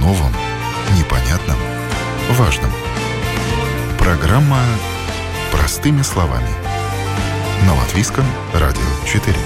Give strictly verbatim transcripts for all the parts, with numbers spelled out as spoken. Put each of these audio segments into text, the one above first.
новом, непонятном, важном. Программа «Простыми словами» на Латвийском радио четыре.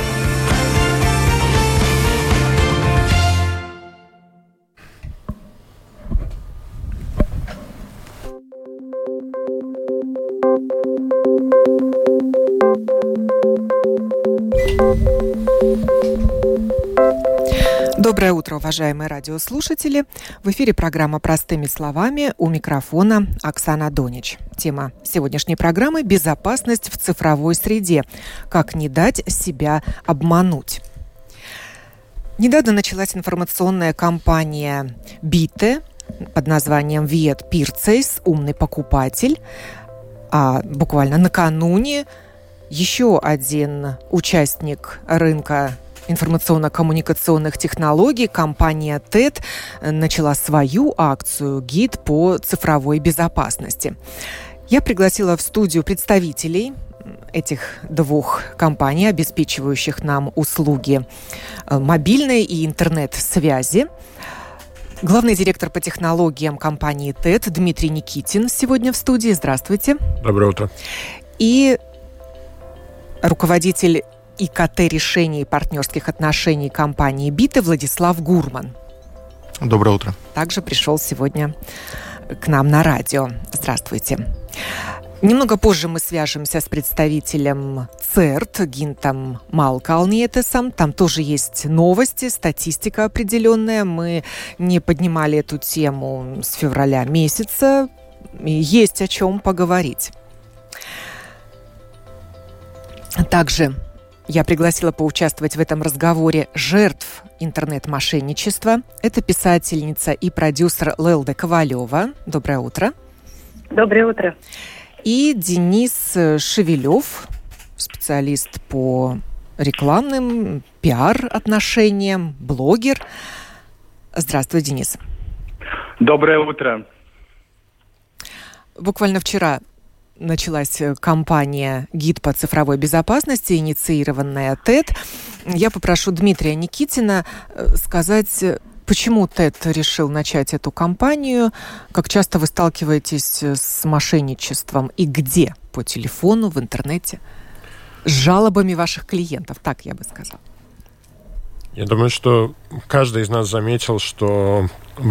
Доброе утро, уважаемые радиослушатели. В эфире программа «Простыми словами», у микрофона Оксана Донич. Тема сегодняшней программы – «Безопасность в цифровой среде. Как не дать себя обмануть». Недавно началась информационная кампания Bite под названием «Viet Pircējs» – «Умный покупатель». А буквально накануне еще один участник рынка информационно-коммуникационных технологий, компания тэд, начала свою акцию «Гид по цифровой безопасности». Я пригласила в студию представителей этих двух компаний, обеспечивающих нам услуги мобильной и интернет-связи. Главный директор по технологиям компании тэд Дмитрий Никитин сегодня в студии. Здравствуйте. Доброе утро. И руководитель и ка тэ-решений и партнерских отношений компании Bite Владислав Гурман. Доброе утро. Также пришел сегодня к нам на радио. Здравствуйте. Немного позже мы свяжемся с представителем церт Гинтом Малкалниетесом. Там тоже есть новости, статистика определенная. Мы не поднимали эту тему с февраля месяца. Есть о чем поговорить. Также я пригласила поучаствовать в этом разговоре жертв интернет-мошенничества. Это писательница и продюсер Лелда Ковалева. Доброе утро. Доброе утро. И Денис Шевелев, специалист по рекламным, пиар-отношениям, блогер. Здравствуй, Денис. Доброе утро. Буквально вчера началась кампания «Гид по цифровой безопасности», инициированная тэд. Я попрошу Дмитрия Никитина сказать, почему тэд решил начать эту кампанию, как часто вы сталкиваетесь с мошенничеством и где? По телефону, в интернете? С жалобами ваших клиентов, так я бы сказала. Я думаю, что каждый из нас заметил, что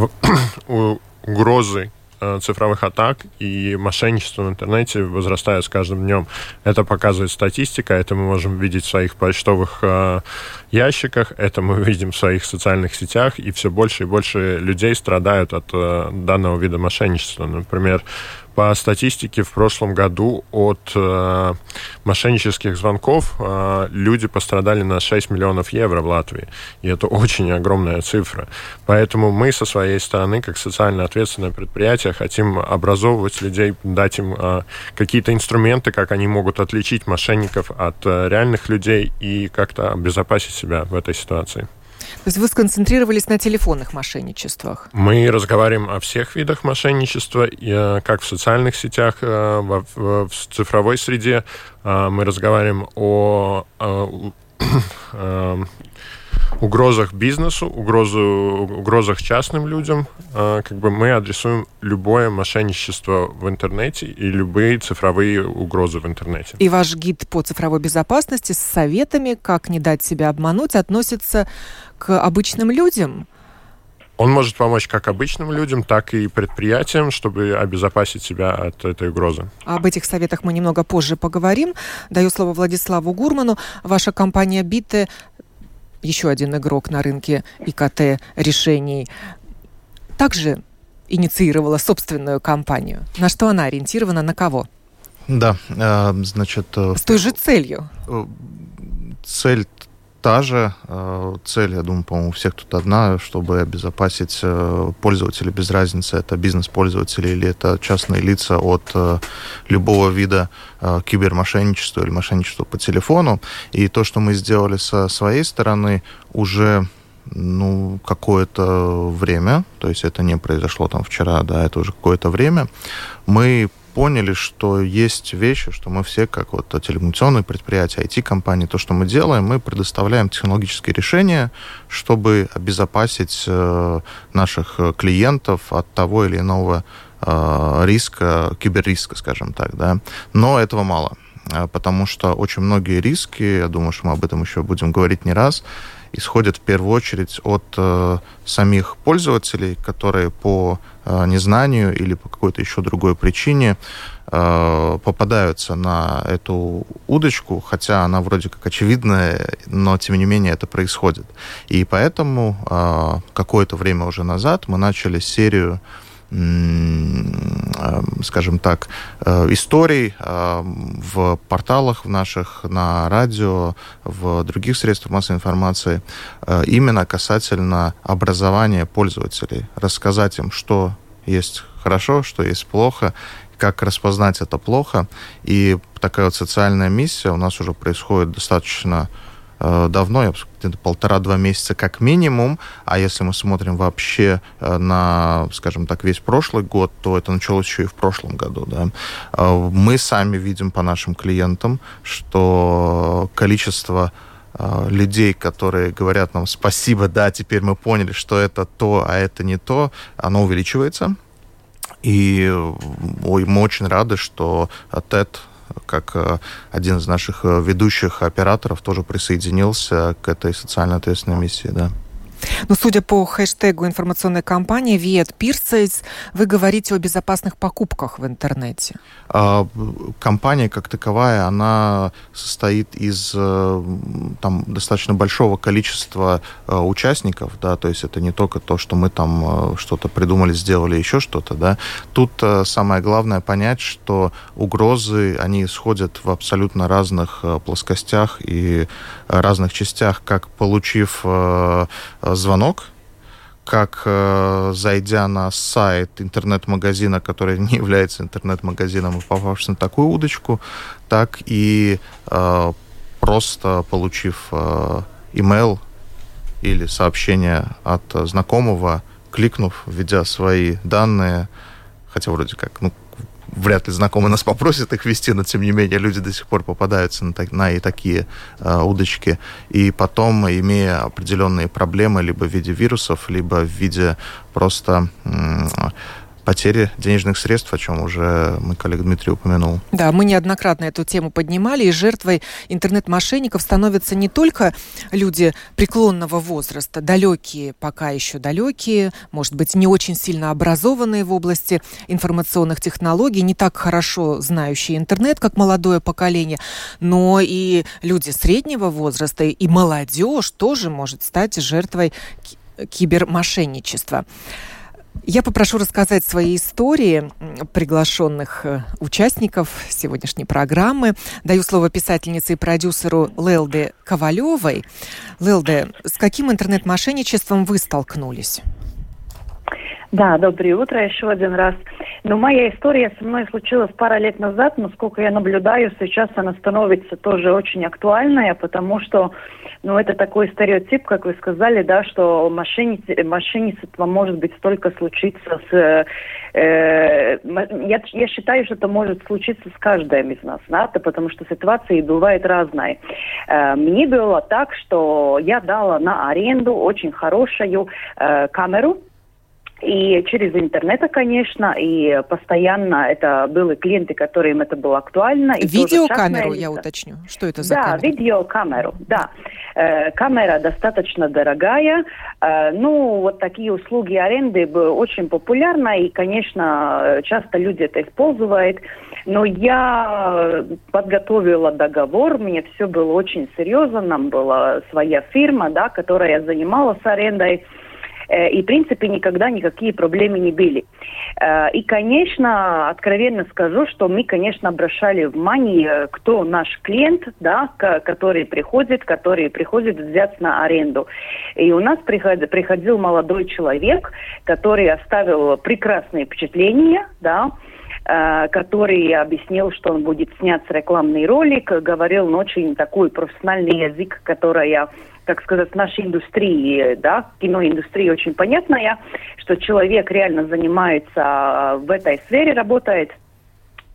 угрозы цифровых атак и мошенничества в интернете возрастает с каждым днем. Это показывает статистика, это мы можем видеть в своих почтовых э, ящиках, это мы видим в своих социальных сетях, и все больше и больше людей страдают от э, данного вида мошенничества. Например, по статистике в прошлом году от э, мошеннических звонков э, люди пострадали на шесть миллионов евро в Латвии. И это очень огромная цифра. Поэтому мы со своей стороны, как социально ответственное предприятие, хотим образовывать людей, дать им э, какие-то инструменты, как они могут отличить мошенников от э, реальных людей и как-то обезопасить себя в этой ситуации. То есть вы сконцентрировались на телефонных мошенничествах? Мы разговариваем о всех видах мошенничества, как в социальных сетях, в цифровой среде. Мы разговариваем о угрозах бизнесу, угрозу, угрозах частным людям. Как бы мы адресуем любое мошенничество в интернете и любые цифровые угрозы в интернете. И ваш гид по цифровой безопасности с советами, как не дать себя обмануть, относится к обычным людям? Он может помочь как обычным людям, так и предприятиям, чтобы обезопасить себя от этой угрозы. Об этих советах мы немного позже поговорим. Даю слово Владиславу Гурману. Ваша компания Bite, еще один игрок на рынке и ка тэ-решений, также инициировала собственную кампанию. На что она ориентирована, на кого? Да, значит... С той же целью. Цель та же. Цель, я думаю, по-моему, у всех тут одна, чтобы обезопасить пользователя, без разницы, это бизнес-пользователи или это частные лица, от любого вида кибермошенничества или мошенничества по телефону. И то, что мы сделали со своей стороны, уже ну, какое-то время, то есть это не произошло там вчера, да, это уже какое-то время, мы поняли, что есть вещи, что мы все, как вот телекоммуникационные предприятия, ай ти-компании, то, что мы делаем, мы предоставляем технологические решения, чтобы обезопасить э, наших клиентов от того или иного э, риска, киберриска, скажем так, да. Но этого мало, потому что очень многие риски, я думаю, что мы об этом еще будем говорить не раз, исходят в первую очередь от э, самих пользователей, которые по э, незнанию или по какой-то еще другой причине э, попадаются на эту удочку, хотя она вроде как очевидная, но тем не менее это происходит. И поэтому э, какое-то время уже назад мы начали серию, скажем так, историй в порталах в наших, на радио, в других средствах массовой информации, именно касательно образования пользователей. Рассказать им, что есть хорошо, что есть плохо, как распознать это плохо. И такая вот социальная миссия у нас уже происходит достаточно давно, я где-то полтора-два месяца как минимум, а если мы смотрим вообще на, скажем так, весь прошлый год, то это началось еще и в прошлом году, да. Мы сами видим по нашим клиентам, что количество людей, которые говорят нам спасибо, да, теперь мы поняли, что это то, а это не то, оно увеличивается. И ой, мы очень рады, что ТЭД, как один из наших ведущих операторов, тоже присоединился к этой социально ответственной миссии, да. Но судя по хэштегу информационной кампании «We at Peersafe», вы говорите о безопасных покупках в интернете. Компания как таковая, она состоит из там достаточно большого количества участников, да, то есть это не только то, что мы там что-то придумали, сделали, еще что-то, да. Тут самое главное понять, что угрозы, они исходят в абсолютно разных плоскостях и разных частях, как получив звонок, как э, зайдя на сайт интернет-магазина, который не является интернет-магазином, и попавшись на такую удочку, так и э, просто получив э, имейл или сообщение от знакомого, кликнув, введя свои данные, хотя вроде как, ну, вряд ли знакомый нас попросит их ввести, но, тем не менее, люди до сих пор попадаются на, на и такие э, удочки. И потом, имея определенные проблемы либо в виде вирусов, либо в виде просто э, потери денежных средств, о чем уже мой коллега Дмитрий упомянул. Да, мы неоднократно эту тему поднимали, и жертвой интернет-мошенников становятся не только люди преклонного возраста, далекие, пока еще далекие, может быть, не очень сильно образованные в области информационных технологий, не так хорошо знающие интернет, как молодое поколение, но и люди среднего возраста, и молодежь тоже может стать жертвой кибермошенничества. Я попрошу рассказать свои истории приглашенных участников сегодняшней программы. Даю слово писательнице и продюсеру Лелде Ковалевой. Лелде, с каким интернет-мошенничеством вы столкнулись? Да, доброе утро еще один раз. Ну, моя история со мной случилась пару лет назад, но сколько я наблюдаю, сейчас она становится тоже очень актуальная, потому что, ну, это такой стереотип, как вы сказали, да, что мошенничество, мошенничество может быть столько случиться с... Э, я, я считаю, что это может случиться с каждым из нас, да, потому что ситуации бывают разные. Э, мне было так, что я дала на аренду очень хорошую э, камеру, и через интернет, конечно, и постоянно это были клиенты, которым это было актуально. И видеокамеру, я уточню. Что это за да, камера? Да, видеокамеру, да. Э, камера достаточно дорогая. Э, ну, вот такие услуги аренды очень популярны, и, конечно, часто люди это используют. Но я подготовила договор, мне все было очень серьезно, нам была своя фирма, да, которая занималась арендой. И, в принципе, никогда никакие проблемы не были. И, конечно, откровенно скажу, что мы, конечно, обращали внимание, кто наш клиент, да, который приходит, который приходит взять на аренду. И у нас приходил молодой человек, который оставил прекрасные впечатления, да, который объяснил, что он будет снять рекламный ролик, говорил на очень такой профессиональный язык, который, как сказать, в нашей индустрии, да, киноиндустрии очень понятная, что человек реально занимается в этой сфере, работает.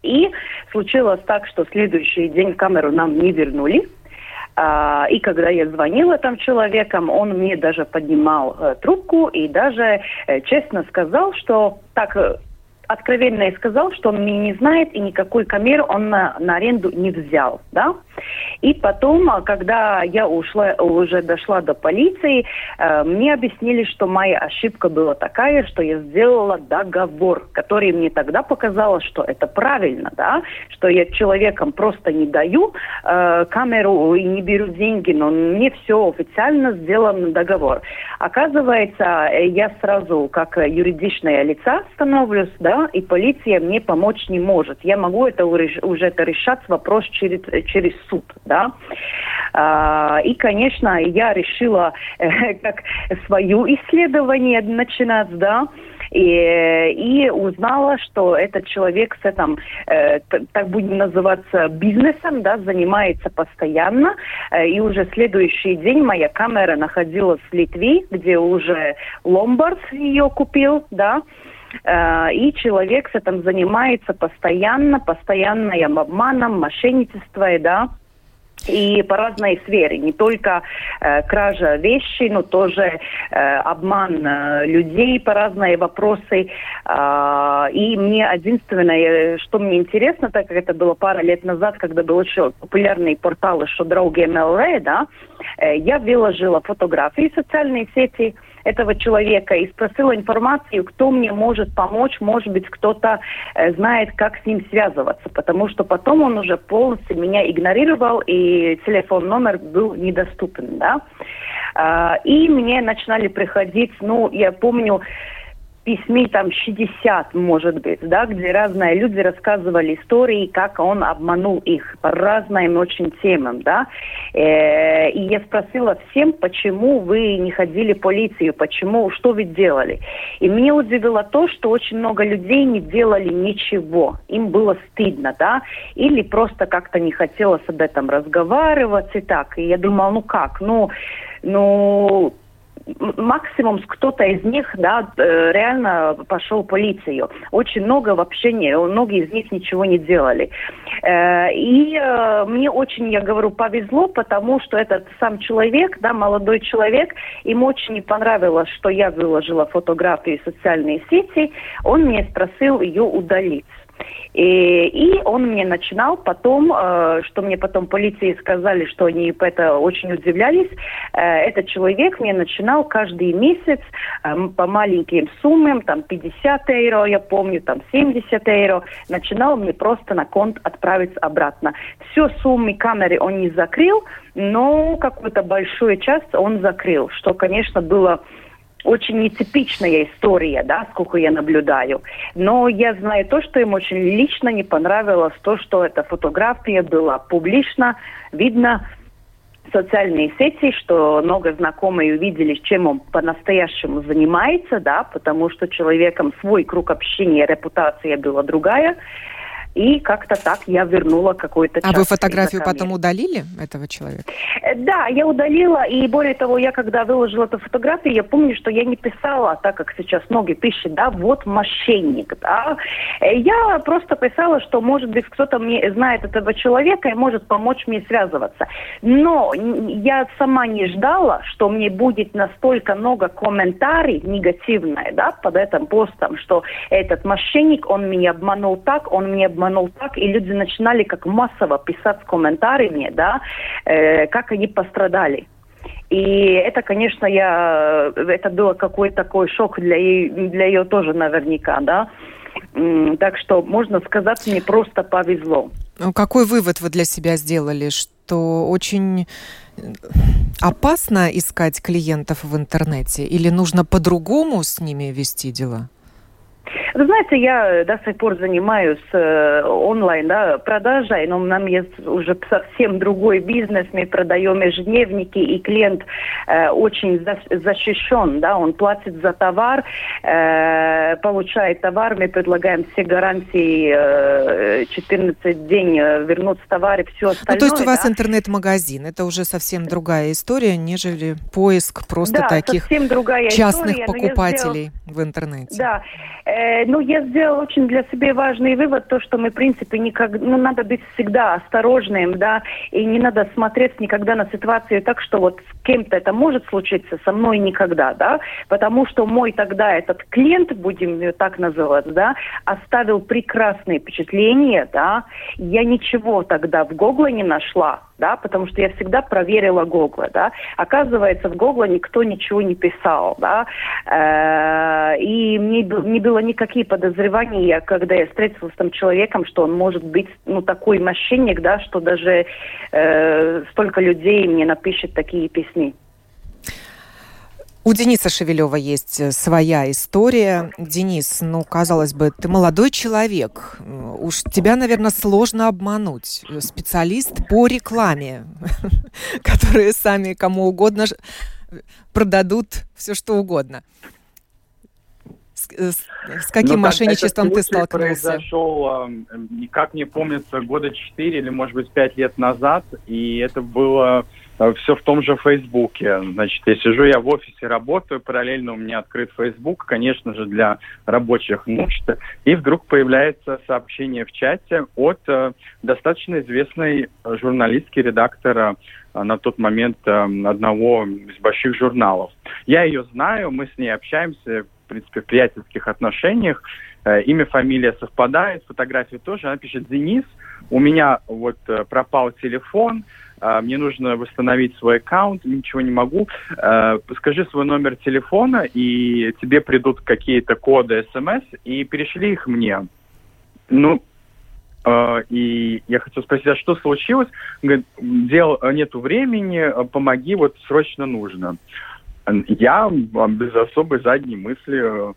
И случилось так, что следующий день камеру нам не вернули. Uh, и когда я звонила там человеком, он мне даже поднимал uh, трубку и даже uh, честно сказал, что так uh, откровенно и сказал, что он меня не знает и никакой камеры он на, на аренду не взял, да. И потом, когда я ушла, уже дошла до полиции, э, мне объяснили, что моя ошибка была такая, что я сделала договор, который мне тогда показалось, что это правильно, да, что я человекам просто не даю э, камеру и не беру деньги, но мне все официально сделан договор. Оказывается, я сразу как юридичное лицо становлюсь, да, и полиция мне помочь не может. Я могу это уже это решать вопрос через, через суд, да. А, и, конечно, я решила э, как свое исследование начинать, да. И, и узнала, что этот человек с этим, э, так будем называться, бизнесом, да, занимается постоянно. Э, и уже следующий день моя камера находилась в Литве, где уже Ломбард ее купил, да. Э, и человек с этим занимается постоянно, постоянным обманом, мошенничеством, да. И по разной сфере, не только э, кража вещей, но тоже э, обман э, людей по разные вопросы. Э, и мне единственное, что мне интересно, так как это было пару лет назад, когда был очень популярный портал еще Draugi точка эл ви, да, э, я выложила фотографии в социальные сети этого человека и спросила информацию, кто мне может помочь, может быть, кто-то э, знает, как с ним связываться, потому что потом он уже полностью меня игнорировал, и телефон номер был недоступен, да. А, и мне начинали приходить, ну, я помню, письме там шестьдесят, может быть, да, где разные люди рассказывали истории, как он обманул их по разным очень темам, да. Э, и я спросила всем, почему вы не ходили в полицию, почему, что вы делали. И мне удивило то, что очень много людей не делали ничего. Им было стыдно, да, или просто как-то не хотелось об этом разговаривать и так. И я думала, ну как, ну, ну... максимум кто-то из них, да, реально пошел в полицию. Очень много вообще не, многие из них ничего не делали. И мне очень, я говорю, повезло, потому что этот сам человек, да, молодой человек, ему очень не понравилось, что я выложила фотографию в социальные сети, он мне спросил ее удалить. И, и он мне начинал потом, э, что мне потом полиции сказали, что они это очень удивлялись, э, этот человек мне начинал каждый месяц э, по маленьким суммам, там пятьдесят евро, я помню, там семьдесят евро, начинал мне просто на конт отправить обратно. Все суммы камеры он не закрыл, но какую-то большую часть он закрыл, что, конечно, было... очень нетипичная история, да, сколько я наблюдаю. Но я знаю то, что им очень лично не понравилось, то, что эта фотография была публично, видно в социальные сети, что много знакомых увидели, чем он по-настоящему занимается, да, потому что человеком свой круг общения, репутация была другая. И как-то так я вернула какой-то час. А вы фотографию потом удалили, этого человека? Да, я удалила. И более того, я когда выложила эту фотографию, я помню, что я не писала, так как сейчас многие пишут, да, вот мошенник. Да. Я просто писала, что, может быть, кто-то мне знает этого человека и может помочь мне связываться. Но я сама не ждала, что мне будет настолько много комментариев негативных, да, под этим постом, что этот мошенник, он меня обманул так, он меня обманул так, и люди начинали как массово писать с комментариями, да, э, как они пострадали. И это, конечно, я, это был какой-то такой шок для, для ее тоже наверняка, да. Так что, можно сказать, мне просто повезло. Какой вывод вы для себя сделали? Что очень опасно искать клиентов в интернете? Или нужно по-другому с ними вести дела? Вы знаете, я до сих пор занимаюсь э, онлайн, да, продажей, но у нас есть уже совсем другой бизнес, мы продаем ежедневники, и клиент э, очень за, защищен, да, он платит за товар, э, получает товар, мы предлагаем все гарантии, э, четырнадцать дней вернуть товар и все остальное. Ну, то есть у вас да? интернет-магазин, это уже совсем другая история, нежели поиск просто да, таких частных история, покупателей в интернете. Да. Э, ну, я сделала очень для себя важный вывод, то, что мы, в принципе, никак, ну, надо быть всегда осторожным, да, и не надо смотреть никогда на ситуацию так, что вот с кем-то это может случиться, со мной никогда, да, потому что мой тогда этот клиент, будем ее так называть, да, оставил прекрасные впечатления, да, я ничего тогда в Гугле не нашла, да, потому что я всегда проверила Google, да. Оказывается, в Google никто ничего не писал, да, э- и мне не было никаких подозреваний, когда я встретилась с тем человеком, что он может быть, ну, такой мошенник, да, что даже э- столько людей мне напишет такие письма. У Дениса Шевелева есть своя история. Денис, ну, казалось бы, ты молодой человек. Уж тебя, наверное, сложно обмануть. Специалист по рекламе, которые сами кому угодно продадут все, что угодно. С, с, с каким ну, мошенничеством ты столкнулся? Произошел, как мне помнится, года четыре или, может быть, пять лет назад, и это было все в том же Фейсбуке. Значит, я сижу, я в офисе работаю, параллельно у меня открыт Фейсбук, конечно же, для рабочих нужд, и вдруг появляется сообщение в чате от э, достаточно известной журналистки, редактора э, на тот момент э, одного из больших журналов. Я ее знаю, мы с ней общаемся, в принципе, в приятельских отношениях, э, имя, фамилия совпадает, фотография тоже. Она пишет: «Денис, у меня вот э, пропал телефон, мне нужно восстановить свой аккаунт, ничего не могу. Скажи свой номер телефона, и тебе придут какие-то коды смс, и перешли их мне». Ну, и я хотел спросить, а что случилось? Говорит: дел нету времени, помоги, вот срочно нужно. Я без особой задней мысли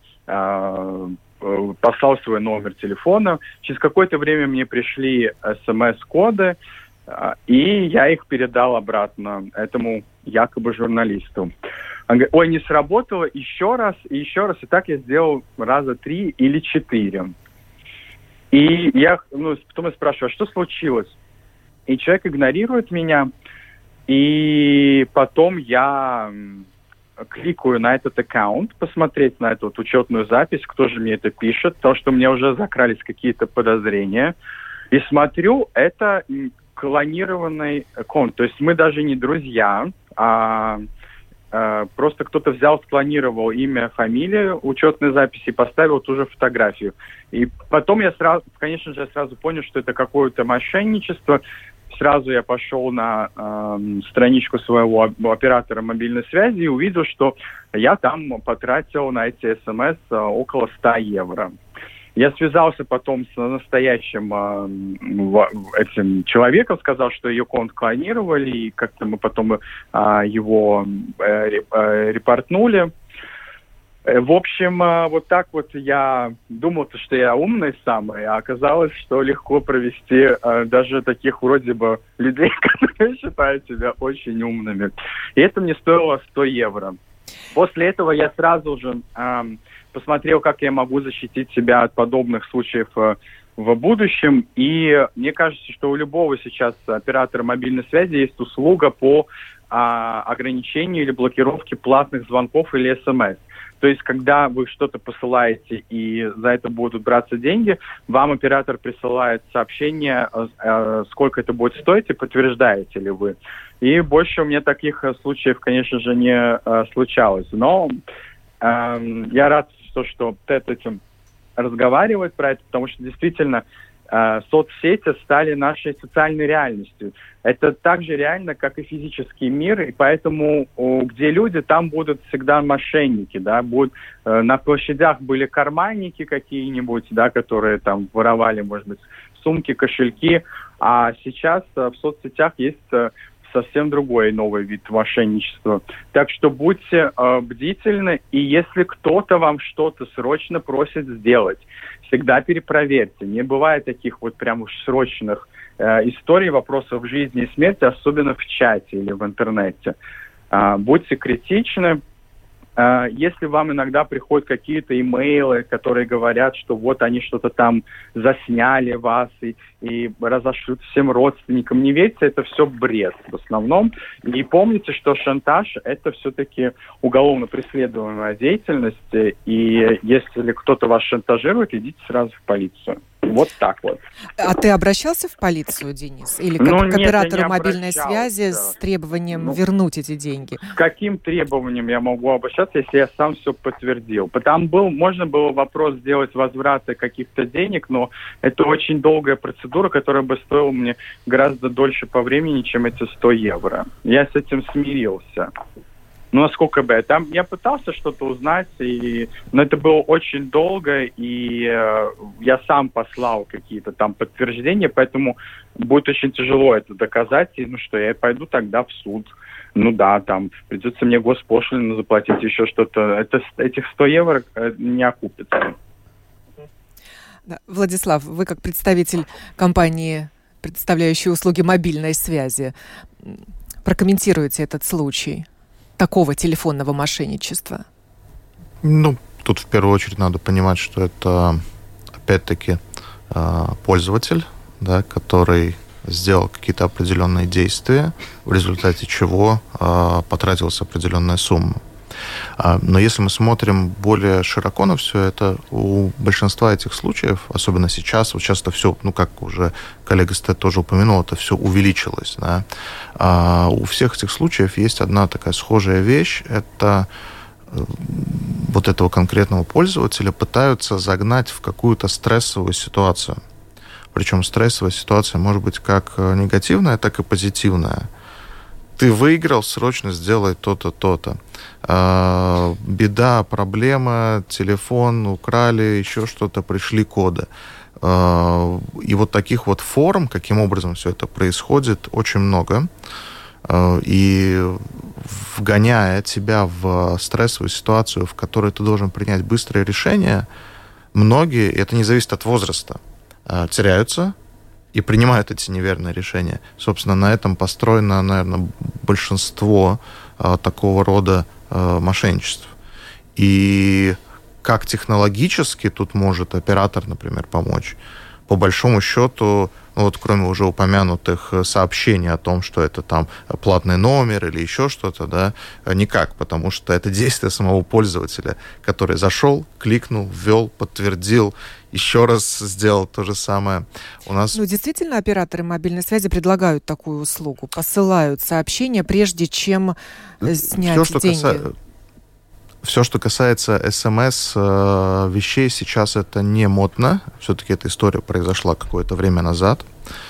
послал свой номер телефона. Через какое-то время мне пришли смс-коды, и я их передал обратно этому якобы журналисту. Он говорит: ой, не сработало, еще раз, и еще раз. И так я сделал раза три или четыре. И я, ну, потом я спрашиваю: а что случилось? И человек игнорирует меня, и потом я кликаю на этот аккаунт, посмотреть на эту вот учетную запись, кто же мне это пишет, потому что у меня уже закрались какие-то подозрения. И смотрю, это клонированный аккаунт. То есть мы даже не друзья, а, а просто кто-то взял, склонировал имя, фамилию, учетной записи и поставил ту же фотографию. И потом я сразу, конечно же, я сразу понял, что это какое-то мошенничество. Сразу я пошел на э, страничку своего оператора мобильной связи и увидел, что я там потратил на эти смс около ста евро. Я связался потом с настоящим э, этим человеком, сказал, что ее аккаунт клонировали, и как-то мы потом э, его э, репортнули. В общем, э, вот так вот я думал, что я умный самый, а оказалось, что легко провести э, даже таких вроде бы людей, которые считают себя очень умными. И это мне стоило сто евро. После этого я сразу же... Э, посмотрел, как я могу защитить себя от подобных случаев э, в будущем. И мне кажется, что у любого сейчас оператора мобильной связи есть услуга по э, ограничению или блокировке платных звонков или смс. То есть, когда вы что-то посылаете и за это будут браться деньги, вам оператор присылает сообщение, э, э, сколько это будет стоить, и подтверждаете ли вы. И больше у меня таких э, случаев, конечно же, не э, случалось. Но э, я рад, то, что Тед этим разговаривает про это, потому что действительно э, соцсети стали нашей социальной реальностью. Это так же реально, как и физический мир, и поэтому о, где люди, там будут всегда мошенники, да, будут, э, на площадях были карманники какие-нибудь, да, которые там воровали, может быть, сумки, кошельки, а сейчас э, в соцсетях есть э, совсем другой новый вид мошенничества. Так что будьте э, бдительны, и если кто-то вам что-то срочно просит сделать, всегда перепроверьте. Не бывает таких вот прям уж срочных э, историй, вопросов жизни и смерти, особенно в чате или в интернете. Э, будьте критичны, Если вам иногда приходят какие-то имейлы, которые говорят, что вот они что-то там засняли вас и, и разошлют всем родственникам, не верьте, это все бред в основном. И помните, что шантаж – это все-таки уголовно преследуемая деятельность, и если кто-то вас шантажирует, идите сразу в полицию. Вот так вот. А ты обращался в полицию, Денис? Или к, ну, к нет, оператору мобильной связи с требованием ну, вернуть эти деньги? С каким требованием я могу обращаться, если я сам все подтвердил? Там был, можно было вопрос сделать возврата каких-то денег, но это очень долгая процедура, которая бы стоила мне гораздо дольше по времени, чем эти сто евро. Я с этим смирился. Ну, насколько бы... Там я пытался что-то узнать, и... но это было очень долго, и э, я сам послал какие-то там подтверждения, поэтому будет очень тяжело это доказать, и ну что, я пойду тогда в суд. Ну да, там придется мне госпошлину заплатить, еще что-то. Это, этих сто евро не окупится. Да. Владислав, вы как представитель компании, представляющей услуги мобильной связи, прокомментируете этот случай такого телефонного мошенничества? Ну, тут в первую очередь надо понимать, что это, опять-таки, пользователь, да, который сделал какие-то определенные действия, в результате чего потратилась определенная сумма. Но если мы смотрим более широко на все это, у большинства этих случаев, особенно сейчас, вот сейчас это все, ну, как уже коллега Стет тоже упомянул, это все увеличилось. Да? А у всех этих случаев есть одна такая схожая вещь, это вот этого конкретного пользователя пытаются загнать в какую-то стрессовую ситуацию. Причем стрессовая ситуация может быть как негативная, так и позитивная. Ты выиграл, срочно сделай то-то, то-то. А, беда, проблема, телефон украли, еще что-то, пришли коды. А, и вот таких вот форм, каким образом все это происходит, очень много. А, и вгоняя тебя в стрессовую ситуацию, в которой ты должен принять быстрое решение, многие, и это не зависит от возраста, теряются и принимают эти неверные решения. Собственно, на этом построено, наверное, большинство а, такого рода а, мошенничеств. И как технологически тут может оператор, например, помочь? По большому счету, ну, вот кроме уже упомянутых сообщений о том, что это там платный номер или еще что-то, да, никак, потому что это действие самого пользователя, который зашел, кликнул, ввел, подтвердил, еще раз сделал то же самое. У нас... Ну, действительно, операторы мобильной связи предлагают такую услугу, посылают сообщения, прежде чем снять Все, что деньги. Каса... Все, что касается эс эм эс э, вещей, сейчас это не модно. Все-таки эта история произошла какое-то время назад.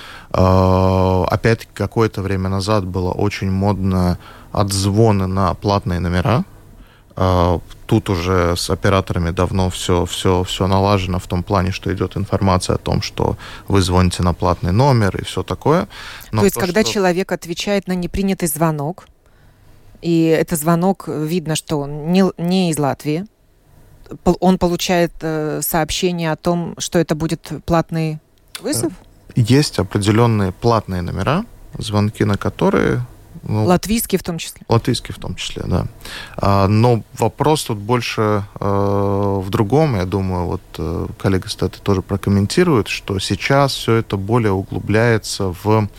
Э, опять какое-то время назад было очень модно отзвоны на платные номера. Э, тут уже с операторами давно все, все, все налажено в том плане, что идет информация о том, что вы звоните на платный номер и все такое. Но то есть, то, когда что... человек отвечает на непринятый звонок, и это звонок, видно, что он не, не из Латвии, он получает э, сообщение о том, что это будет платный вызов? Есть определенные платные номера, звонки на которые... Ну, латвийские в том числе? Латвийские в том числе, да. А, но вопрос тут больше э, в другом. Я думаю, вот э, коллега Стет тоже прокомментирует, что сейчас все это более углубляется в...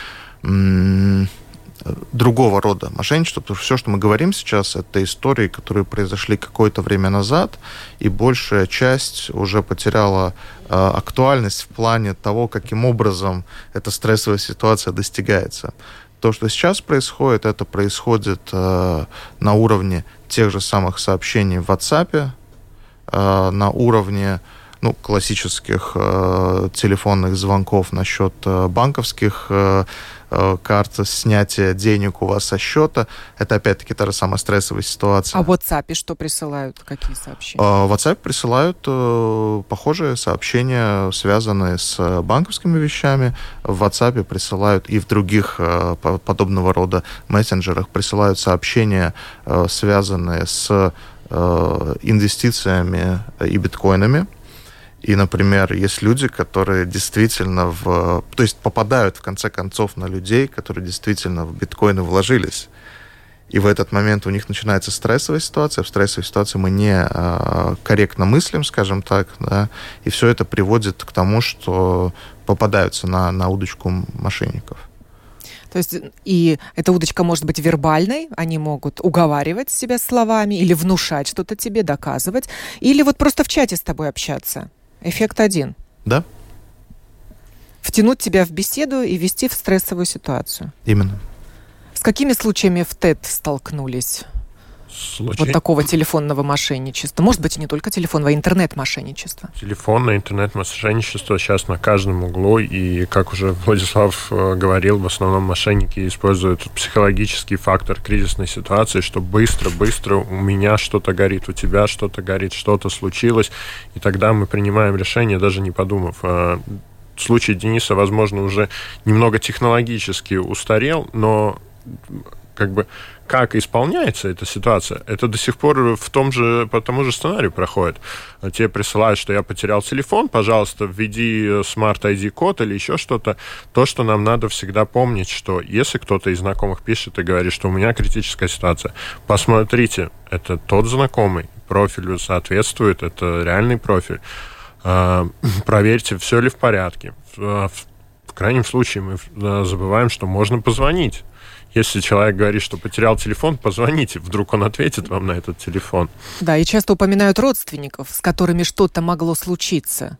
М- другого рода мошенничество, потому что все, что мы говорим сейчас, это истории, которые произошли какое-то время назад, и большая часть уже потеряла э, актуальность в плане того, каким образом эта стрессовая ситуация достигается. То, что сейчас происходит, это происходит э, на уровне тех же самых сообщений в WhatsApp, э, на уровне ну, классических э, телефонных звонков насчет э, банковских э, карта, снятия денег у вас со счета. Это, опять-таки, та же самая стрессовая ситуация. А в WhatsApp что присылают? Какие сообщения? В WhatsApp присылают э, похожие сообщения, связанные с банковскими вещами. В WhatsApp присылают и в других э, подобного рода мессенджерах присылают сообщения, э, связанные с э, инвестициями и биткоинами. И, например, есть люди, которые действительно в... То есть попадают, в конце концов, на людей, которые действительно в биткоины вложились. и в этот момент у них начинается стрессовая ситуация. В стрессовой ситуации мы не э, корректно мыслим, скажем так, да, и все это приводит к тому, что попадаются на, на удочку мошенников. То есть и эта удочка может быть вербальной, они могут уговаривать себя словами или внушать что-то тебе, доказывать, или вот просто в чате с тобой общаться. Эффект один. Да. Втянуть тебя в беседу и ввести в стрессовую ситуацию. Именно. С какими случаями в ТЭД столкнулись? Случай? Вот такого телефонного мошенничества. Может быть, и не только телефонного, а интернет-мошенничества. Телефонное, интернет-мошенничество сейчас на каждом углу. И, как уже Владислав говорил, в основном мошенники используют психологический фактор кризисной ситуации, что быстро-быстро у меня что-то горит, у тебя что-то горит, что-то случилось. И тогда мы принимаем решение, даже не подумав. Случай Дениса, возможно, уже немного технологически устарел, но как бы как исполняется эта ситуация, это до сих пор в том же, по тому же сценарию проходит. Тебе присылают, что я потерял телефон, пожалуйста, введи Smart ай ди-код или еще что-то. То, что нам надо всегда помнить, что если кто-то из знакомых пишет и говорит, что у меня критическая ситуация, посмотрите, это тот знакомый, профилю соответствует, это реальный профиль. Проверьте, все ли в порядке. В крайнем случае мы забываем, что можно позвонить. Если человек говорит, что потерял телефон, позвоните, вдруг он ответит вам на этот телефон. Да, и часто упоминают родственников, с которыми что-то могло случиться.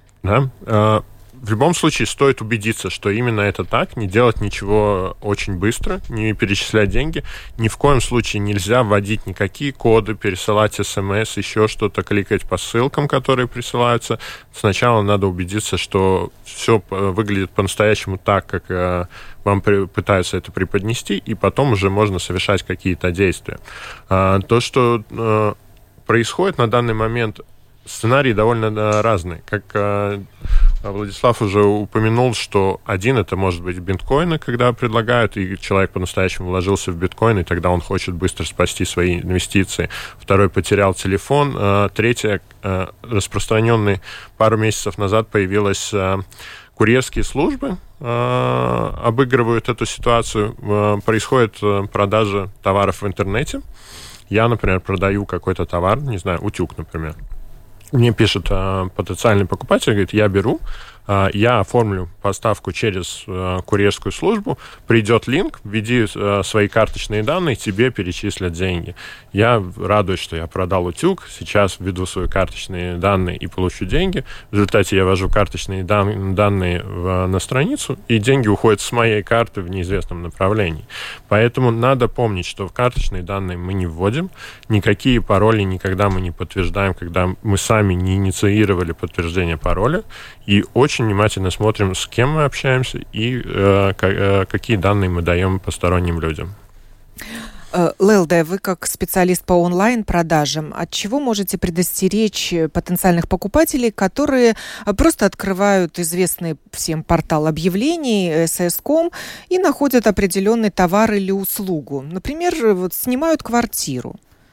Да. В любом случае стоит убедиться, что именно это так, не делать ничего очень быстро, не перечислять деньги. Ни в коем случае нельзя вводить никакие коды, пересылать смс, еще что-то, кликать по ссылкам, которые присылаются. Сначала надо убедиться, что все выглядит по-настоящему так, как вам пытаются это преподнести, и потом уже можно совершать какие-то действия. То, что происходит на данный момент, сценарии довольно разные. Как э, Владислав уже упомянул, что один это может быть биткоины, когда предлагают, и человек по-настоящему вложился в биткоин, и тогда он хочет быстро спасти свои инвестиции. Второй потерял телефон. Э, третье, э, распространенный пару месяцев назад появилась э, курьерские службы, э, обыгрывают эту ситуацию. Э, происходит э, продажа товаров в интернете. Я, например, продаю какой-то товар, не знаю, утюг, например. Мне пишет э, потенциальный покупатель, говорит, я беру, э, я оформлю поставку через э, курьерскую службу, придет линк, введи э, свои карточные данные, тебе перечислят деньги. Я радуюсь, что я продал утюг, сейчас введу свои карточные данные и получу деньги. В результате я ввожу карточные дан- данные в, на страницу, и деньги уходят с моей карты в неизвестном направлении. Поэтому надо помнить, что в карточные данные мы не вводим, никакие пароли никогда мы не подтверждаем, когда мы сами не инициировали подтверждение пароля, и очень внимательно смотрим, с кем мы общаемся и э, э, какие данные мы даем посторонним людям. Лелда, вы как специалист по онлайн-продажам, от чего можете предостеречь потенциальных покупателей, которые просто открывают известный всем портал объявлений эс эс точка ком и находят определенный товар или услугу? Например, вот снимают квартиру.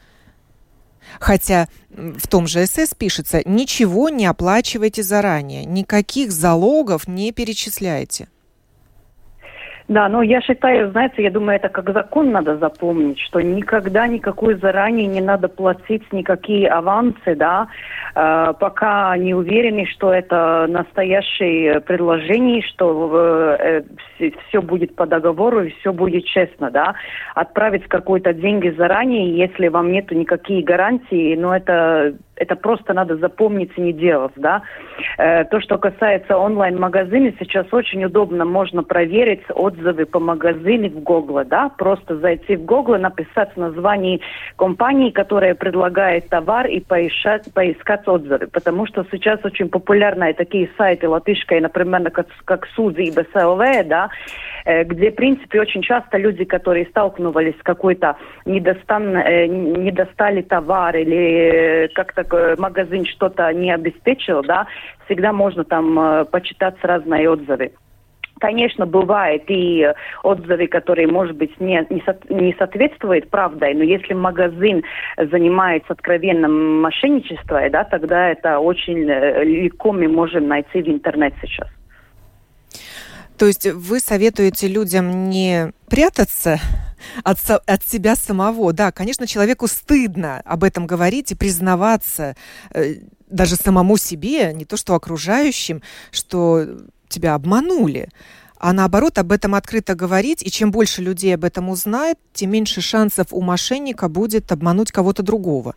Хотя в том же эс эс пишется, ничего не оплачивайте заранее, никаких залогов не перечисляйте. Да, но я считаю, знаете, я думаю, это как закон надо запомнить, что никогда никакую заранее не надо платить никакие авансы, да, э, пока не уверены, что это настоящее предложение, что э, э, все будет по договору и все будет честно, да. Отправить какой-то деньги заранее, если вам нету никакие гарантии, но это... Это просто надо запомнить и не делать, да. Э, то, что касается онлайн-магазина, сейчас очень удобно, можно проверить отзывы по магазину в Google, да, просто зайти в Google, написать название компании, которая предлагает товар, и поискать, поискать отзывы, потому что сейчас очень популярны такие сайты латышские, например, как, как Sūdzības точка эл ви, да, э, где, в принципе, очень часто люди, которые столкнулись с какой-то недостан, э, не достали товар или как-то магазин что-то не обеспечил, да, всегда можно там э, почитать разные отзывы. Конечно, бывает и отзывы, которые, может быть, не, не, со, не соответствуют правде, но если магазин занимается откровенным мошенничеством, да, тогда это очень легко мы можем найти в интернете сейчас. То есть вы советуете людям не прятаться От, от себя самого, да. Конечно, человеку стыдно об этом говорить и признаваться э, даже самому себе, не то что окружающим, что тебя обманули. А наоборот, об этом открыто говорить, и чем больше людей об этом узнает, тем меньше шансов у мошенника будет обмануть кого-то другого.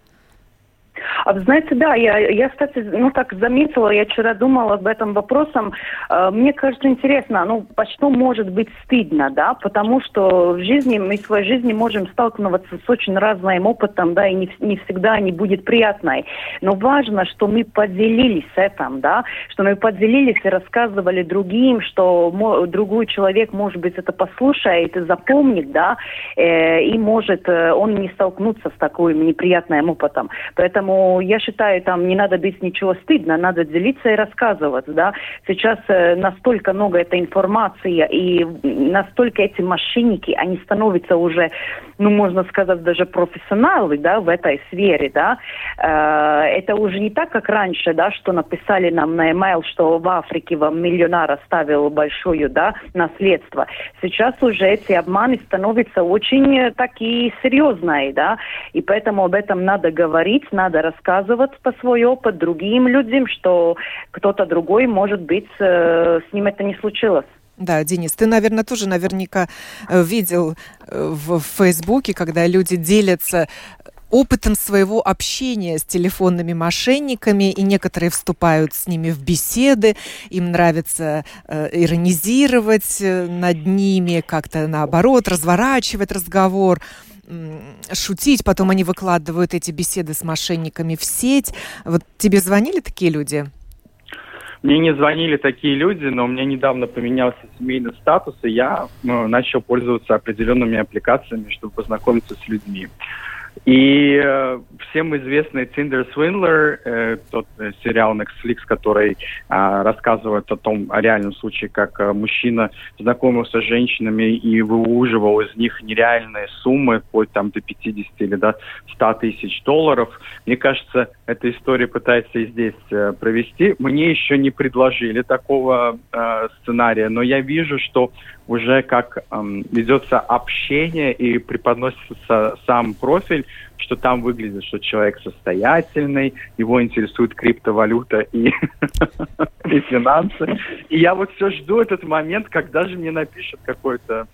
А вы знаете, да, я, я, кстати, ну так заметила, я вчера думала об этом вопросом. Э, мне кажется, интересно, ну, почему может быть стыдно, да, потому что в жизни, мы в своей жизни можем сталкиваться с очень разным опытом, да, и не, не всегда не будет приятной. Но важно, что мы поделились этим, да, что мы поделились и рассказывали другим, что мо, другой человек, может быть, это послушает и запомнит, да, э, и может э, он не столкнуться с таким неприятным опытом. Поэтому я считаю, там не надо быть ничего стыдно, надо делиться и рассказывать, да. Сейчас э, настолько много этой информации, и настолько эти мошенники, они становятся уже, ну, можно сказать, даже профессионалы, да, в этой сфере, да. Э, это уже не так, как раньше, да, что написали нам на e-mail, что в Африке вам миллионер оставил большое, да, наследство. Сейчас уже эти обманы становятся очень такие серьезные, да, и поэтому об этом надо говорить, надо рассказывать по свой опыт другим людям, что кто-то другой, может быть, с ним это не случилось. Да, Денис, ты, наверное, тоже наверняка видел в Фейсбуке, когда люди делятся опытом своего общения с телефонными мошенниками, и некоторые вступают с ними в беседы, им нравится э, иронизировать над ними, как-то наоборот, разворачивать разговор, шутить, потом они выкладывают эти беседы с мошенниками в сеть. Вот тебе звонили такие люди? Мне не звонили такие люди, но у меня недавно поменялся семейный статус, и я ну, начал пользоваться определенными аппликациями, чтобы познакомиться с людьми. И э, всем известный Tinder Swindler, э, тот э, сериал Netflix, который э, рассказывает о том, о реальном случае, как э, мужчина знакомился с женщинами и выуживал из них нереальные суммы, вплоть там до пятидесяти или до ста тысяч долларов. Мне кажется, эта история пытается и здесь э, провести. Мне еще не предложили такого э, сценария, но я вижу, что уже как эм, ведется общение и преподносится сам профиль, что там выглядит, что человек состоятельный, его интересует криптовалюта и, и финансы. И я вот все жду этот момент, когда же мне напишут какое-то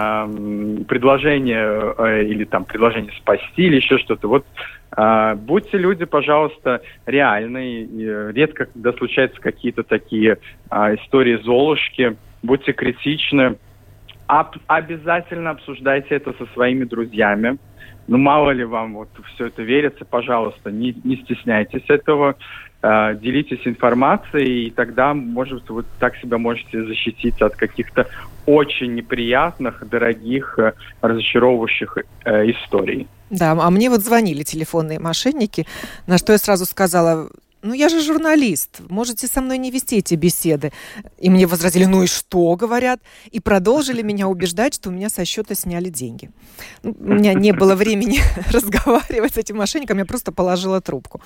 эм, предложение э, или там предложение спасти или еще что-то. Вот э, будьте люди, пожалуйста, реальные. И, э, редко, когда случаются какие-то такие э, истории Золушки, будьте критичны, Об- обязательно обсуждайте это со своими друзьями. Ну, мало ли вам вот все это верится, пожалуйста, не, не стесняйтесь этого, э, делитесь информацией, и тогда, может, вы так себя можете защитить от каких-то очень неприятных, дорогих, э, разочаровывающих э, историй. Да, а мне вот звонили телефонные мошенники, на что я сразу сказала: ну, я же журналист, можете со мной не вести эти беседы. И мне возразили: ну и что, говорят, и продолжили меня убеждать, что у меня со счета сняли деньги. У меня не было времени разговаривать с этим мошенником, я просто положила трубку.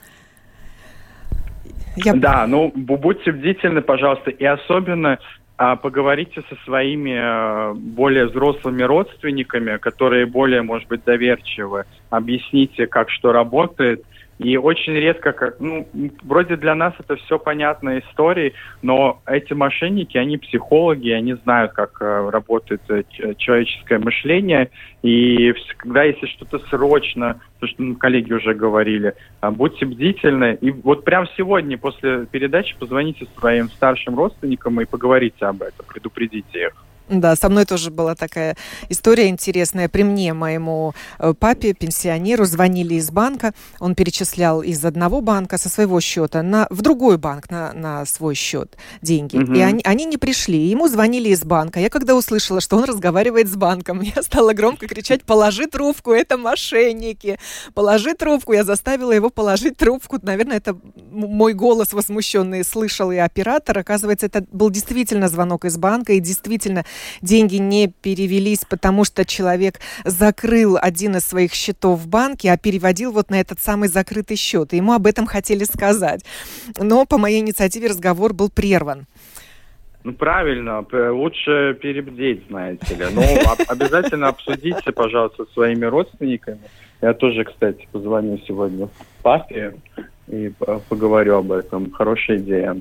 Я... Да, ну, будьте бдительны, пожалуйста, и особенно а, поговорите со своими а, более взрослыми родственниками, которые более, может быть, доверчивы, объясните, как что работает. И очень редко, как, ну, вроде для нас это все понятные истории, но эти мошенники, они психологи, они знают, как э, работает э, человеческое мышление. И когда если что-то срочно, то, что ну, коллеги уже говорили, э, будьте бдительны. И вот прямо сегодня после передачи позвоните своим старшим родственникам и поговорите об этом, предупредите их. Да, со мной тоже была такая история интересная. При мне, моему папе, пенсионеру, звонили из банка. Он перечислял из одного банка со своего счета на, в другой банк на, на свой счет деньги. Mm-hmm. И они, они не пришли. Ему звонили из банка. Я когда услышала, что он разговаривает с банком, я стала громко кричать: положи трубку, это мошенники. Положи трубку. Я заставила его положить трубку. Наверное, это мой голос возмущенный слышал и оператор. Оказывается, это был действительно звонок из банка, и действительно деньги не перевелись, потому что человек закрыл один из своих счетов в банке, а переводил вот на этот самый закрытый счет. И ему об этом хотели сказать. Но по моей инициативе разговор был прерван. Ну, правильно, лучше перебдеть, знаете ли. Ну, обязательно обсудите, пожалуйста, со своими родственниками. Я тоже, кстати, позвоню сегодня папе и поговорю об этом. Хорошая идея.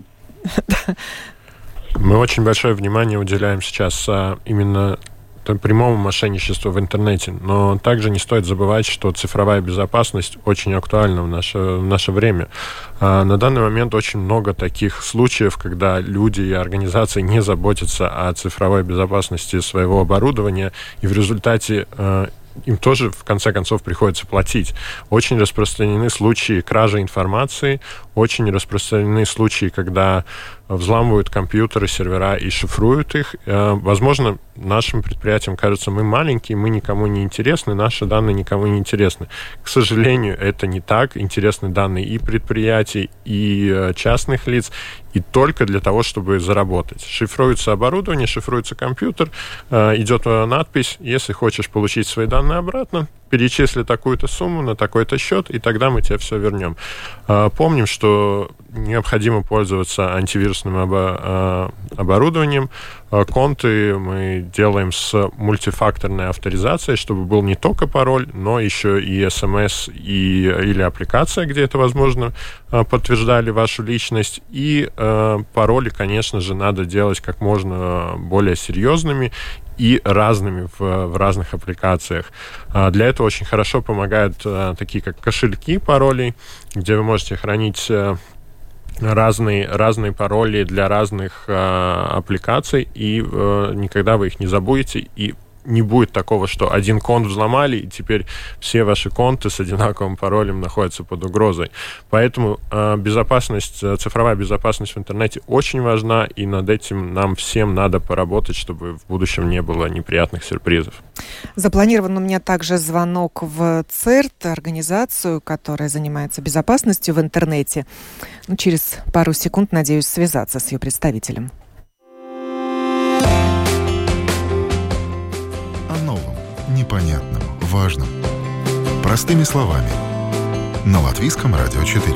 Мы очень большое внимание уделяем сейчас именно прямому мошенничеству в интернете, но также не стоит забывать, что цифровая безопасность очень актуальна в наше, в наше время. А на данный момент очень много таких случаев, когда люди и организации не заботятся о цифровой безопасности своего оборудования, и в результате э, им тоже, в конце концов, приходится платить. Очень распространены случаи кражи информации, очень распространены случаи, когда взламывают компьютеры, сервера и шифруют их. Возможно, нашим предприятиям кажется, мы маленькие, мы никому не интересны, наши данные никому не интересны. К сожалению, это не так. Интересны данные и предприятий, и частных лиц, и только для того, чтобы заработать. Шифруется оборудование, шифруется компьютер, идет надпись: если хочешь получить свои данные обратно, перечисли такую-то сумму на такой-то счет, и тогда мы тебе все вернем. Помним, что необходимо пользоваться антивирусным обо- оборудованием. Конты мы делаем с мультифакторной авторизацией, чтобы был не только пароль, но еще и смс и, или аппликация, где это возможно, подтверждали вашу личность. И э, пароли, конечно же, надо делать как можно более серьезными и разными в, в разных аппликациях. А для этого очень хорошо помогают а, такие как кошельки паролей, где вы можете хранить а, разные, разные пароли для разных а, аппликаций, и а, никогда вы их не забудете, и не будет такого, что один конт взломали, и теперь все ваши конты с одинаковым паролем находятся под угрозой. Поэтому э, безопасность, цифровая безопасность в интернете очень важна, и над этим нам всем надо поработать, чтобы в будущем не было неприятных сюрпризов. Запланирован у меня также звонок в ЦЕРТ, организацию, которая занимается безопасностью в интернете. Ну, через пару секунд надеюсь связаться с ее представителем. Непонятным, важным. Простыми словами. На Латвийском радио четыре.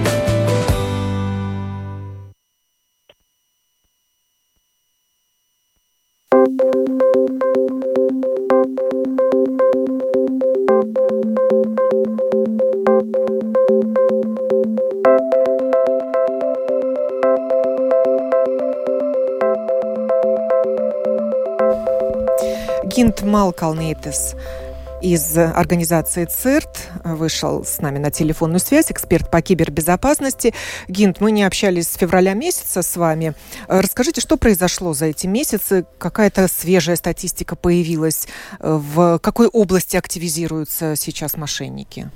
Гинт Малкалнейтес из организации ЦЕРТ вышел с нами на телефонную связь, эксперт по кибербезопасности. Гинт, мы не общались с февраля месяца с вами. Расскажите, что произошло за эти месяцы? Какая-то свежая статистика появилась? В какой области активизируются сейчас мошенники?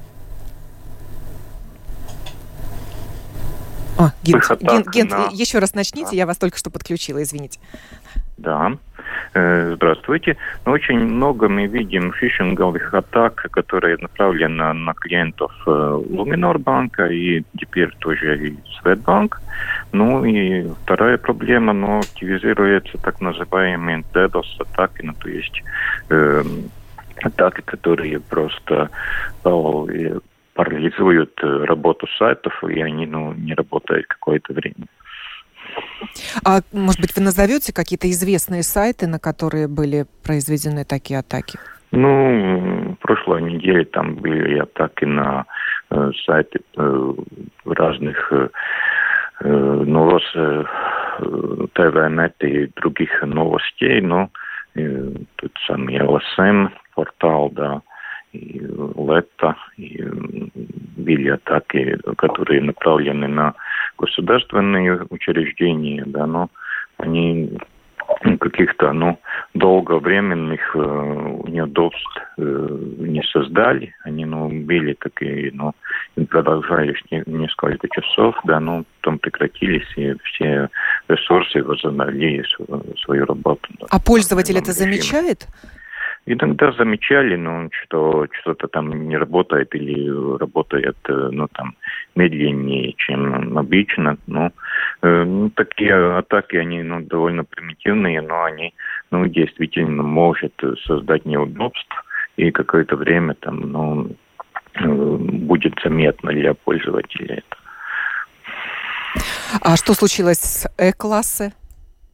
А, Гинт, Гинт, Гинт на... еще раз начните, да. Я вас только что подключила, извините. Да. Здравствуйте. Очень много мы видим фишинговых атак, которые направлены на клиентов Luminor банка и теперь тоже и Swedbank. Ну и вторая проблема, но активизируется так называемые DDoS-атаки, ну то есть э, атаки, которые просто э, парализуют работу сайтов, и они ну, не работают какое-то время. А может быть, вы назовете какие-то известные сайты, на которые были произведены такие атаки? Ну, в прошлой неделе там были атаки на э, сайты э, разных э, новос, э, ТВ-нет и других новостей, но э, тут самый эл эс эм портал, да, и Лето, и были атаки, которые направлены на государственные учреждения, да, но они каких-то, ну, долговременных э, неудобств э, не создали. Они, ну, были такие, ну, продолжались не, несколько часов, да, но потом прекратились, и все ресурсы возобновили свою, свою работу. Да. А пользователь это замечает? Иногда замечали, ну, что что-то там не работает или работает, ну, там, медленнее, чем обычно. Ну, э, такие атаки, они, ну, довольно примитивные, но они, ну, действительно могут создать неудобства, и какое-то время там, ну, э, будет заметно для пользователя это. А что случилось с Э-классе?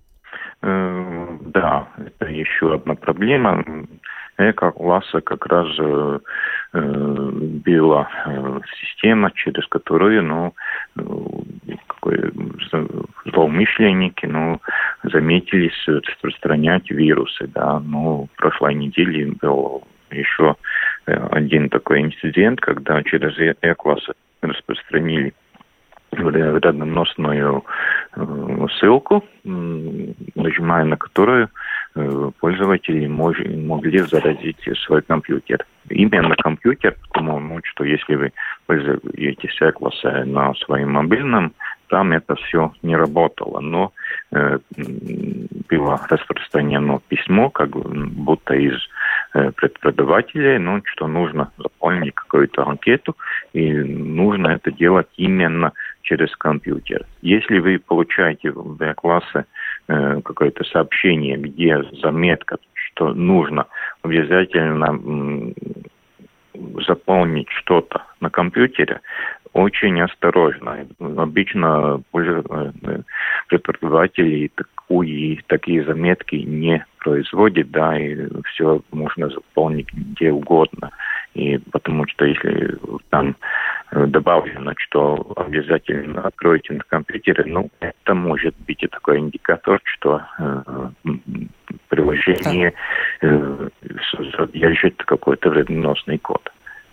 Да, это еще одна проблема. Эко-класса как раз э, была э, система, через которую, ну, какой, злоумышленники, ну, заметились распространять вирусы, да. Ну, в прошлой неделе был еще один такой инцидент, когда через Э-класс распространили вредоносную э, ссылку, э, нажимая на которую э, пользователи мож, могли заразить свой компьютер. Именно компьютер, потому что если вы пользуетесь Э-классом на своем мобильном, там это все не работало. Но э, было распространено письмо, как будто из э, преподавателей, ну, что нужно заполнить какую-то анкету, и нужно это делать именно через компьютер. Если вы получаете в Э-классе э, какое-то сообщение, где заметка, что нужно обязательно м, заполнить что-то на компьютере, очень осторожно. Обычно преподаватели такие, такие заметки не производят, да, и все можно заполнить где угодно. И потому что если там добавлено, что обязательно откроете на компьютере, ну, это может быть и такой индикатор, что э, приложение э, содержит какой-то вредоносный код.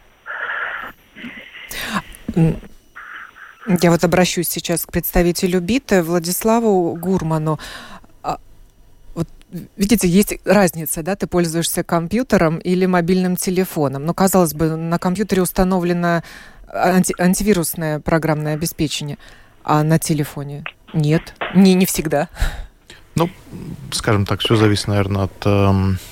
Я вот обращусь сейчас к представителю БИТа Владиславу Гурману. Вот, видите, есть разница, да, ты пользуешься компьютером или мобильным телефоном. Но, казалось бы, на компьютере установлено анти- антивирусное программное обеспечение, а на телефоне нет, не, не всегда. Ну, скажем так, все зависит, наверное, от... Э,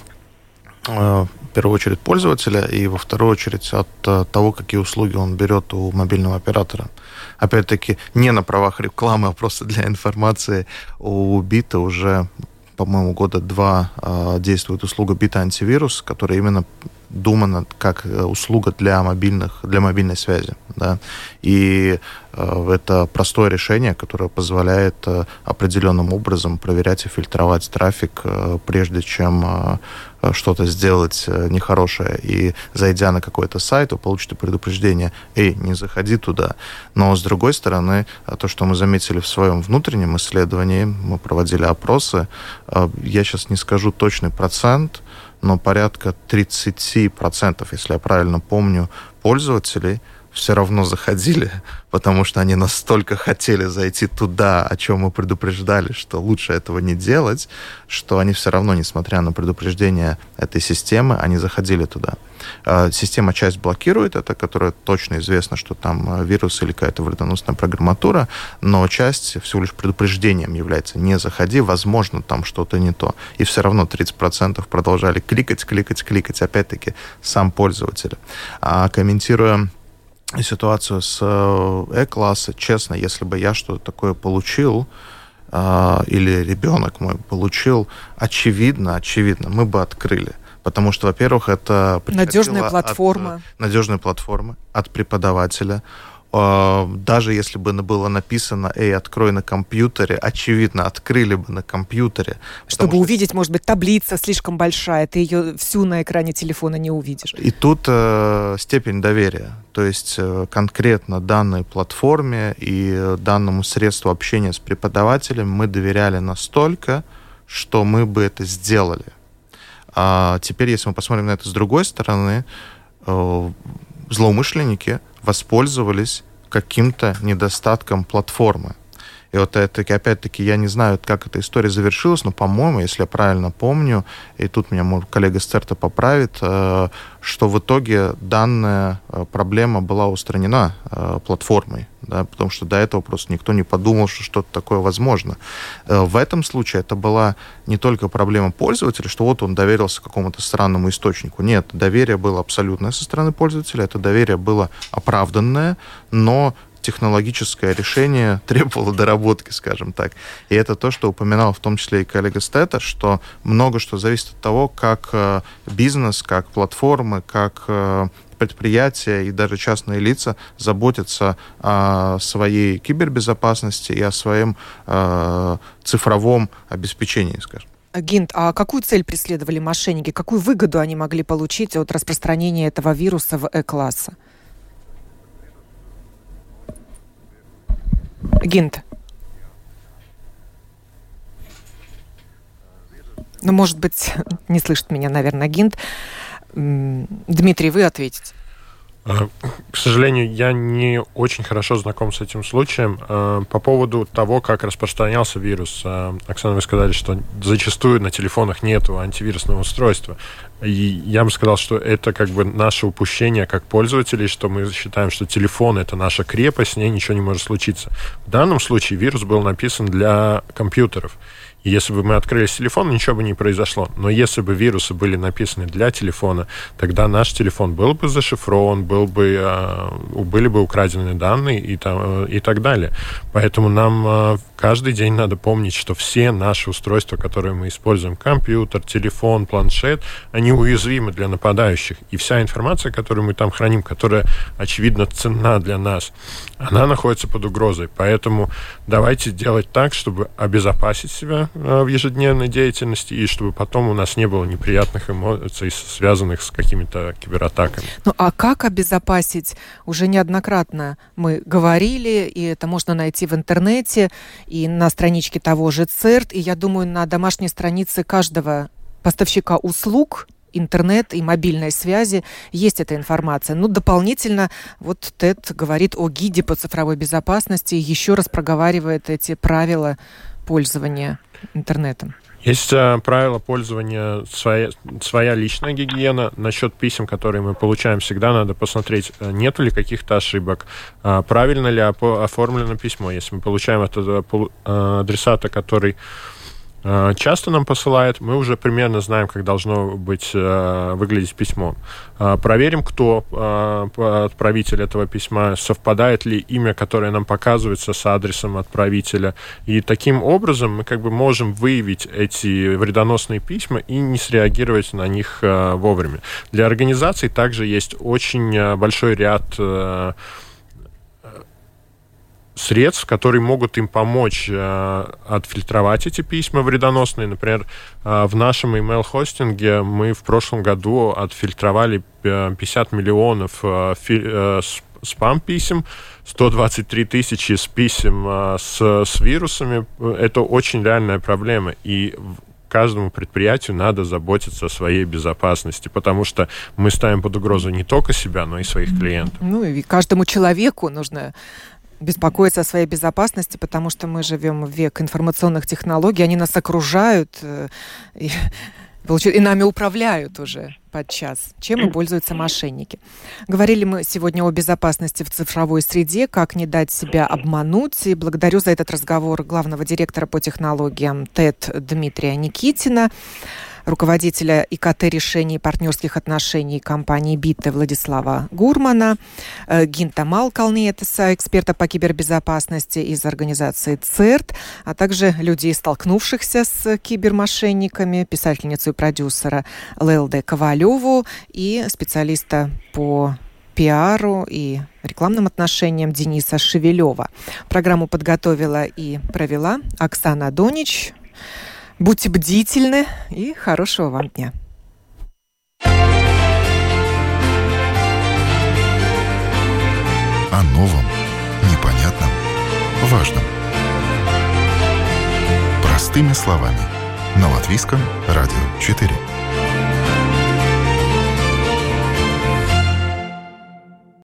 э, в первую очередь пользователя и во вторую очередь от uh, того, какие услуги он берет у мобильного оператора. Опять-таки, не на правах рекламы, а просто для информации, у БИТа уже, по-моему, года два uh, действует услуга БИТа антивирус, которая именно думана как услуга для мобильных, для мобильной связи. Да? И э, это простое решение, которое позволяет э, определенным образом проверять и фильтровать трафик, э, прежде чем э, что-то сделать э, нехорошее. И зайдя на какой-то сайт, вы получите предупреждение: «Эй, не заходи туда». Но, с другой стороны, то, что мы заметили в своем внутреннем исследовании, мы проводили опросы, э, я сейчас не скажу точный процент, но порядка тридцать процентов, если я правильно помню, пользователей все равно заходили, потому что они настолько хотели зайти туда, о чем мы предупреждали, что лучше этого не делать, что они все равно, несмотря на предупреждение этой системы, они заходили туда. Система часть блокирует это, которая точно известно, что там вирус или какая-то вредоносная программатура, но часть всего лишь предупреждением является: не заходи, возможно, там что-то не то. И все равно тридцать процентов продолжали кликать, кликать, кликать, опять-таки, сам пользователь. А комментируя ситуацию с Э-класса, честно, если бы я что-то такое получил, э, или ребенок мой получил, очевидно, очевидно, мы бы открыли. Потому что, во-первых, это надежная платформа. От, надежная платформа от преподавателя. Даже если бы было написано: «Эй, открой на компьютере», очевидно, открыли бы на компьютере. Чтобы увидеть, что... может быть, таблица слишком большая, ты ее всю на экране телефона не увидишь. И тут э, степень доверия. То есть э, конкретно данной платформе и данному средству общения с преподавателем мы доверяли настолько, что мы бы это сделали. А теперь, если мы посмотрим на это с другой стороны, э, злоумышленники воспользовались каким-то недостатком платформы. И вот это, опять-таки, я не знаю, как эта история завершилась, но, по-моему, если я правильно помню, и тут меня мой коллега Стерта поправит, что в итоге данная проблема была устранена платформой, да, потому что до этого просто никто не подумал, что что-то такое возможно. В этом случае это была не только проблема пользователя, что вот он доверился какому-то странному источнику. Нет, доверие было абсолютное со стороны пользователя, это доверие было оправданное, но технологическое решение требовало доработки, скажем так. И это то, что упоминал в том числе и коллега Стета, что много что зависит от того, как бизнес, как платформы, как предприятия и даже частные лица заботятся о своей кибербезопасности и о своем э, цифровом обеспечении, скажем. Гинт, а какую цель преследовали мошенники? Какую выгоду они могли получить от распространения этого вируса в Э-класса? Гинт. Ну, может быть, не слышит меня, наверное, Гинт. Дмитрий, вы ответите. К сожалению, я не очень хорошо знаком с этим случаем. По поводу того, как распространялся вирус, Оксана, вы сказали, что зачастую на телефонах нет антивирусного устройства. И я бы сказал, что это как бы наше упущение как пользователей, что мы считаем, что телефон — это наша крепость, с ней ничего не может случиться. В данном случае вирус был написан для компьютеров. И если бы мы открыли телефон, ничего бы не произошло. Но если бы вирусы были написаны для телефона, тогда наш телефон был бы зашифрован, был бы, э, были бы украдены данные и, там, и так далее. Поэтому нам э, каждый день надо помнить, что все наши устройства, которые мы используем, компьютер, телефон, планшет, они уязвимы для нападающих. И вся информация, которую мы там храним, которая, очевидно, ценна для нас, она находится под угрозой. Поэтому давайте делать так, чтобы обезопасить себя в ежедневной деятельности, и чтобы потом у нас не было неприятных эмоций, связанных с какими-то кибератаками. Ну а как обезопасить? Уже неоднократно мы говорили, и это можно найти в интернете, и на страничке того же ЦЕРТ, и, я думаю, на домашней странице каждого поставщика услуг интернет и мобильной связи есть эта информация. Ну, дополнительно, вот ТЭД говорит о гиде по цифровой безопасности и еще раз проговаривает эти правила пользования интернетом. Есть а, правила пользования, своя, своя личная гигиена. Насчет писем, которые мы получаем, всегда надо посмотреть, нет ли каких-то ошибок, а, правильно ли оформлено письмо. Если мы получаем от адресата, который часто нам посылает, мы уже примерно знаем, как должно быть э, выглядеть письмо. Э, проверим, кто э, отправитель этого письма, совпадает ли имя, которое нам показывается, с адресом отправителя. И таким образом мы как бы можем выявить эти вредоносные письма и не среагировать на них э, вовремя. Для организаций также есть очень большой ряд э, средств, которые могут им помочь э, отфильтровать эти письма вредоносные. Например, э, в нашем email-хостинге мы в прошлом году отфильтровали пятьдесят миллионов э, фи, э, спам-писем, сто двадцать три тысячи с писем э, с, с вирусами. Это очень реальная проблема. И каждому предприятию надо заботиться о своей безопасности, потому что мы ставим под угрозу не только себя, но и своих клиентов. Ну и каждому человеку нужно беспокоиться о своей безопасности, потому что мы живем в век информационных технологий, они нас окружают и, и нами управляют уже подчас, чем и пользуются мошенники. Говорили мы сегодня о безопасности в цифровой среде, как не дать себя обмануть. И благодарю за этот разговор главного директора по технологиям ТЭД Дмитрия Никитина, руководителя ИКТ-решений и партнерских отношений компании «Бита» Владислава Гурмана, Гинта Малкалниетеса, эксперта по кибербезопасности из организации ЦЕРТ, а также людей, столкнувшихся с кибермошенниками, писательницу и продюсера Лелде Ковалеву и специалиста по пиару и рекламным отношениям Дениса Шевелева. Программу подготовила и провела Оксана Донич. Будьте бдительны и хорошего вам дня. О новом, непонятном, важном. Простыми словами. На Латвийском радио четыре.